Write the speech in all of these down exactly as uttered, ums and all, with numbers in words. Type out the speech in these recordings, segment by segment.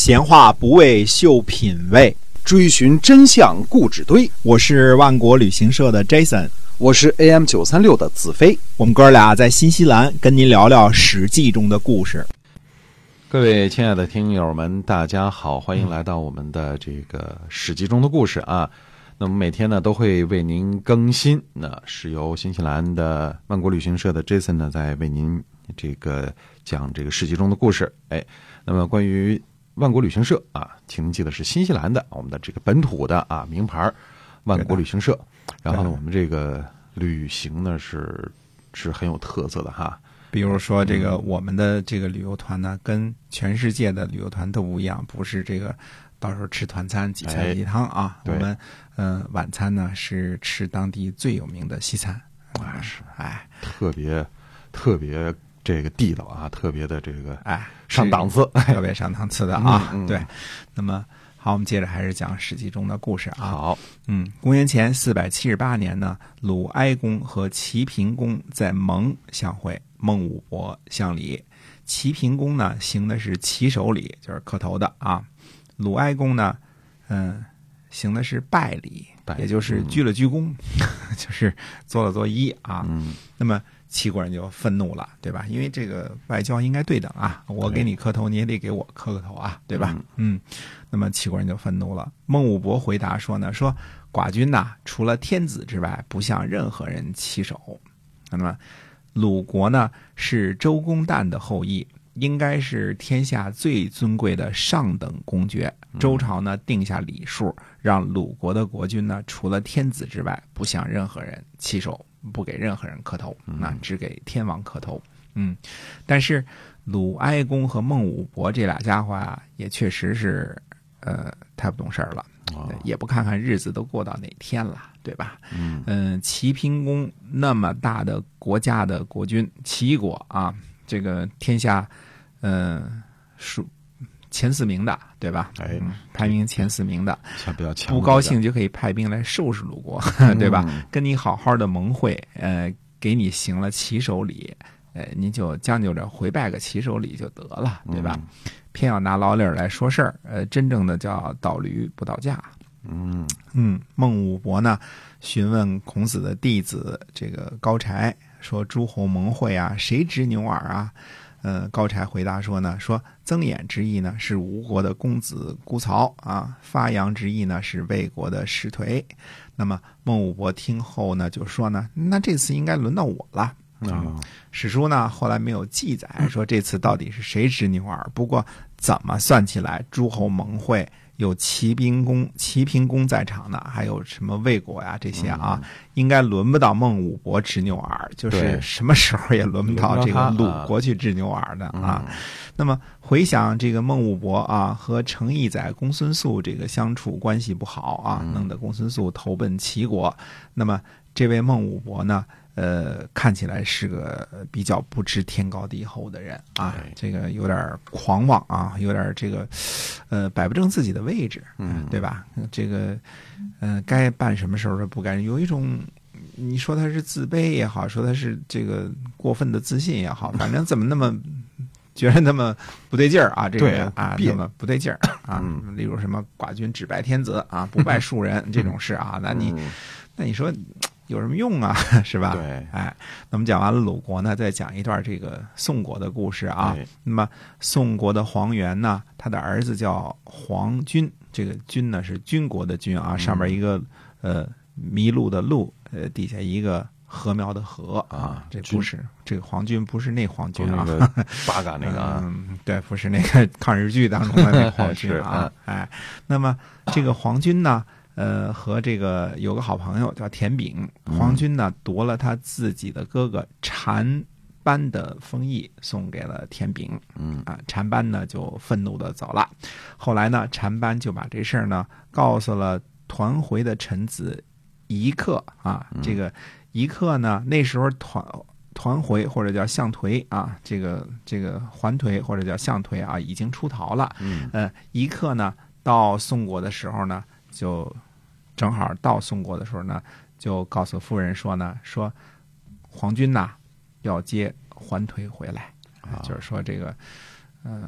闲话不为秀品味， 追寻真相故纸堆。 我是万国旅行社的 Jason， 我是 A M 九三六 的子飞。 我们哥俩在新西兰跟您聊聊《史记》中的故事。 各位亲爱的听友们，大家好，欢迎来到我们的这个《史记》中的故事啊。那么每天呢都会为您更新，那是由新西兰的万国旅行社的 Jason 呢在为您这个讲这个《史记》中的故事。哎，那么关于万国旅行社啊，请您记得是新西兰的我们的这个本土的啊名牌万国旅行社。然后呢，我们这个旅行呢是是很有特色的哈。 比如说这个我们的这个旅游团呢，跟全世界的旅游团都不一样，不是这个到时候吃团餐几菜几汤啊。 哎、 我们呃晚餐呢是吃当地最有名的西餐。 啊是， 哎， 特别特别这个地道啊，特别的这个哎上档次， 特别上档次的啊。 嗯嗯、 对，那么好，我们接着还是讲《史记》中的故事啊。 好， 嗯，公元前四百七十八年呢，鲁哀公和齐平公在蒙相会，孟武伯相礼。齐平公呢行的是起手礼，就是磕头的啊。鲁哀公呢，嗯，行的是拜礼，也就是鞠了鞠躬，嗯、就是作了作揖啊。 嗯， 那么齐国人就愤怒了，对吧？因为这个外交应该对等啊，我给你磕头，你也得给我磕个头啊，对吧？嗯，那么齐国人就愤怒了。孟武伯回答说呢，说寡君呐，除了天子之外，不向任何人起手。那么鲁国呢是周公旦的后裔，应该是天下最尊贵的上等公爵。周朝呢定下礼数，让鲁国的国君呢，除了天子之外，不向任何人起手。不给任何人磕头，那只给天王磕头。嗯，但是鲁哀公和孟武伯这俩家伙啊，也确实是呃太不懂事儿了， 哦、 也不看看日子都过到哪天了，对吧？ 嗯嗯、呃，齐平公那么大的国家的国君，齐国啊，这个天下，呃，数。前四名的，对吧？ 哎、 嗯，排名前四名的， 比较强， 不高兴就可以派兵来收拾鲁国，对吧？ 嗯、 跟你好好的盟会，呃，给你行了起手礼，呃，您就将就着回拜个起手礼就得了，对吧？ 嗯、 偏要拿老理儿来说事儿，呃，真正的叫倒驴不倒架。 嗯嗯，孟武伯呢，询问孔子的弟子这个高柴，说诸侯盟会啊，谁执牛耳啊？呃，高柴回答说呢，说曾衍之意呢是吴国的公子姑曹啊，发扬之意呢是魏国的石颓。那么孟武伯听后呢就说呢，那这次应该轮到我了。 嗯， 史书呢后来没有记载说这次到底是谁执牛耳，不过怎么算起来，诸侯盟会有齐平公、齐平公在场呢，还有什么魏国呀这些啊， 嗯、 应该轮不到孟武伯执牛耳，就是什么时候也轮不到这个鲁国去执牛耳的啊。 嗯、 那么回想这个孟武伯啊和成义载公孙宿这个相处关系不好啊， 嗯、 弄得公孙宿投奔齐国。那么这位孟武伯呢？呃，看起来是个比较不知天高地厚的人啊，这个有点狂妄啊，有点这个，呃，摆不正自己的位置， 嗯， 对吧？这个，呃，该办什么时候不该，有一种，你说他是自卑也好，说他是这个过分的自信也好，反正怎么那么觉得那么不对劲儿啊？这个人啊，那么不对劲儿啊， 嗯、 例如什么寡君只拜天子啊，不拜庶人这种事啊，那你， 嗯、 那你说。有什么用啊？是吧？ 对， 哎，那么讲完了鲁国呢，再讲一段这个宋国的故事啊。那么宋国的黄元呢，他的儿子叫黄君，这个君呢是军国的军啊，上面一个呃麋鹿的鹿，呃底下一个禾苗的禾啊，这不是这个黄君，不是那黄君啊， 八嘎那个啊， 嗯，对，不是那个抗日剧当中的那个黄君啊，哎，那么这个黄君呢？呃，和这个有个好朋友叫田炳，黄君呢夺了他自己的哥哥禅班的封邑，送给了田炳。 嗯啊，禅班呢就愤怒的走了。后来呢，禅班就把这事儿呢告诉了团回的臣子夷克啊。这个夷克呢，那时候团团回或者叫相颓啊，这个这个环颓或者叫相颓啊，已经出逃了。 嗯， 呃，夷克呢到宋国的时候呢。就正好到宋国的时候呢，就告诉夫人说呢，说黄君呐要接环颓回来，啊、就是说这个，嗯、呃，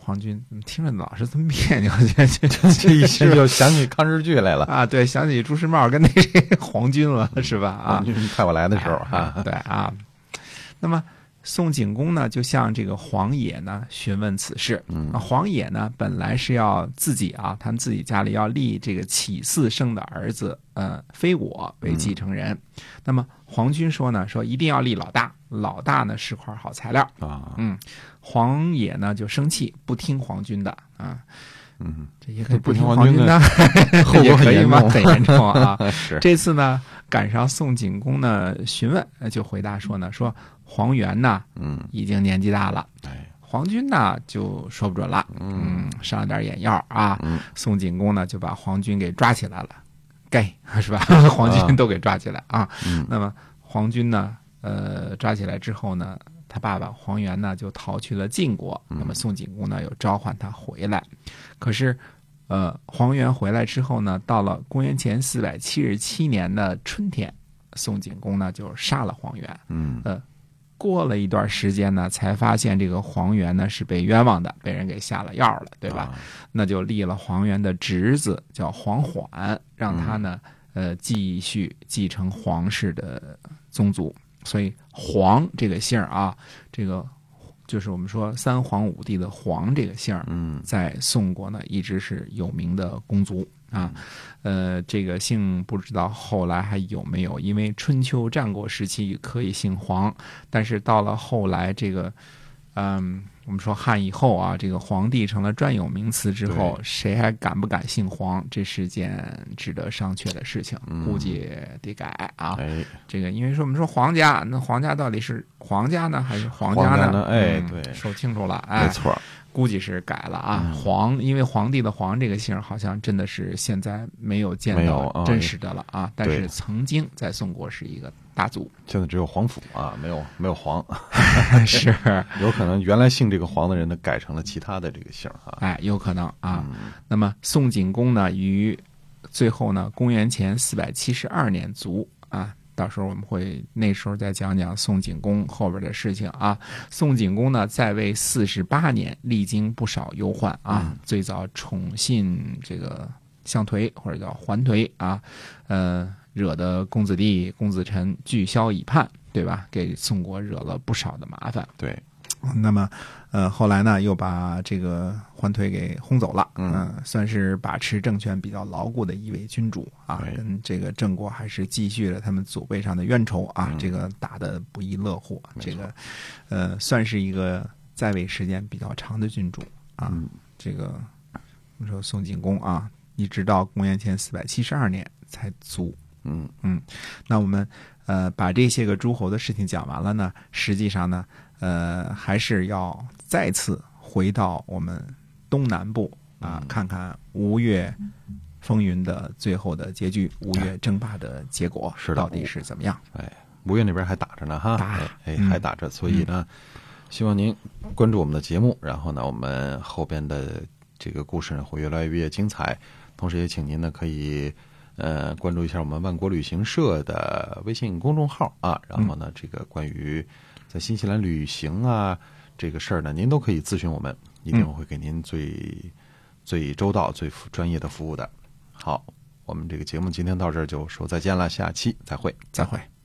皇军怎么听着老是这么别扭？这这这一下就想起抗日剧来了啊！对，想起朱时茂跟那个皇军了，是吧？啊， 皇军派我来的时候哈、 啊，对啊。那么宋景公呢，就向这个黄野呢询问此事。 嗯， 黄野呢本来是要自己啊，他们自己家里要立这个启嗣生的儿子，呃，非我为继承人。嗯、那么黄军说呢，说一定要立老大，老大呢是块好材料啊。 嗯，黄野呢就生气，不听黄军的啊。 嗯， 这也可以不听黄军的， 后果很严重， 很严重啊。 是这次呢，赶上宋景公呢询问，就回答说呢，说黄元呢， 嗯， 已经年纪大了， 哎， 黄军呢就说不准了，嗯，上了点眼药啊。 嗯， 宋景公呢就把黄军给抓起来了，该是吧？黄军都给抓起来啊。 嗯， 那么黄军呢，呃，抓起来之后呢，他爸爸黄元呢就逃去了晋国。那么宋景公呢又召唤他回来，可是，呃，黄元回来之后呢，到了公元前四百七十七年的春天，宋景公呢就杀了黄元。 嗯， 呃，过了一段时间呢，才发现这个黄元呢是被冤枉的，被人给下了药了，对吧？ 啊、 那就立了黄元的侄子叫黄缓，让他呢， 嗯、 呃，继续继承皇室的宗族。所以黄这个姓啊，这个就是我们说三皇五帝的黄这个姓， 嗯， 在宋国呢一直是有名的公族啊。呃，这个姓不知道后来还有没有，因为春秋战国时期可以姓黄，但是到了后来这个，嗯，我们说汉以后啊，这个皇帝成了专有名词之后，谁还敢不敢姓黄？这是件值得商榷的事情， 嗯、 估计得改啊。 哎， 这个因为说我们说皇家，那皇家到底是皇家呢，还是皇家呢？ 皇家呢哎， 嗯、 对， 说清楚了，哎， 没错。 估计是改了啊， 嗯、 黄，因为皇帝的皇这个姓好像真的是现在没有见到真实的了啊， 哦、 但是曾经在宋国是一个大族。 现在只有皇甫啊，没有没有皇， 是有可能原来姓这个黄的人呢改成了其他的这个姓哈， 哎，有可能啊。 嗯、 那么宋景公呢，于最后呢，公元前四百七十二年卒啊。到时候我们会那时候再讲讲宋景公后边的事情啊。宋景公呢在位四十八年，历经不少忧患啊。 嗯、 最早宠信这个相颓或者叫桓颓啊，呃，惹得公子弟、公子臣拒萧以叛，对吧？给宋国惹了不少的麻烦。 对。 那么，呃，后来呢，又把这个桓颓给轰走了，嗯、呃，算是把持政权比较牢固的一位君主啊，跟这个郑国还是继续了他们祖辈上的冤仇啊， 嗯、 这个打得不亦乐乎，这个，呃，算是一个在位时间比较长的君主啊， 嗯、 这个我们说宋景公啊，一直到公元前四百七十二年才卒， 嗯嗯，那我们呃把这些个诸侯的事情讲完了呢，实际上呢。呃，还是要再次回到我们东南部啊， 嗯、 看看吴越风云的最后的结局，吴越争霸的结果是到底是怎么样？ 哎，吴越那边还打着呢哈， 打哎，哎嗯、 还打着，所以呢，嗯、希望您关注我们的节目，然后呢，我们后边的这个故事呢会越来越精彩，同时也请您呢可以。呃，关注一下我们万国旅行社的微信公众号啊，然后呢，这个关于在新西兰旅行啊这个事儿呢，您都可以咨询我们，一定会给您最、嗯、最周到、最专业的服务的。好，我们这个节目今天到这儿就说再见了，下期再会， 再会。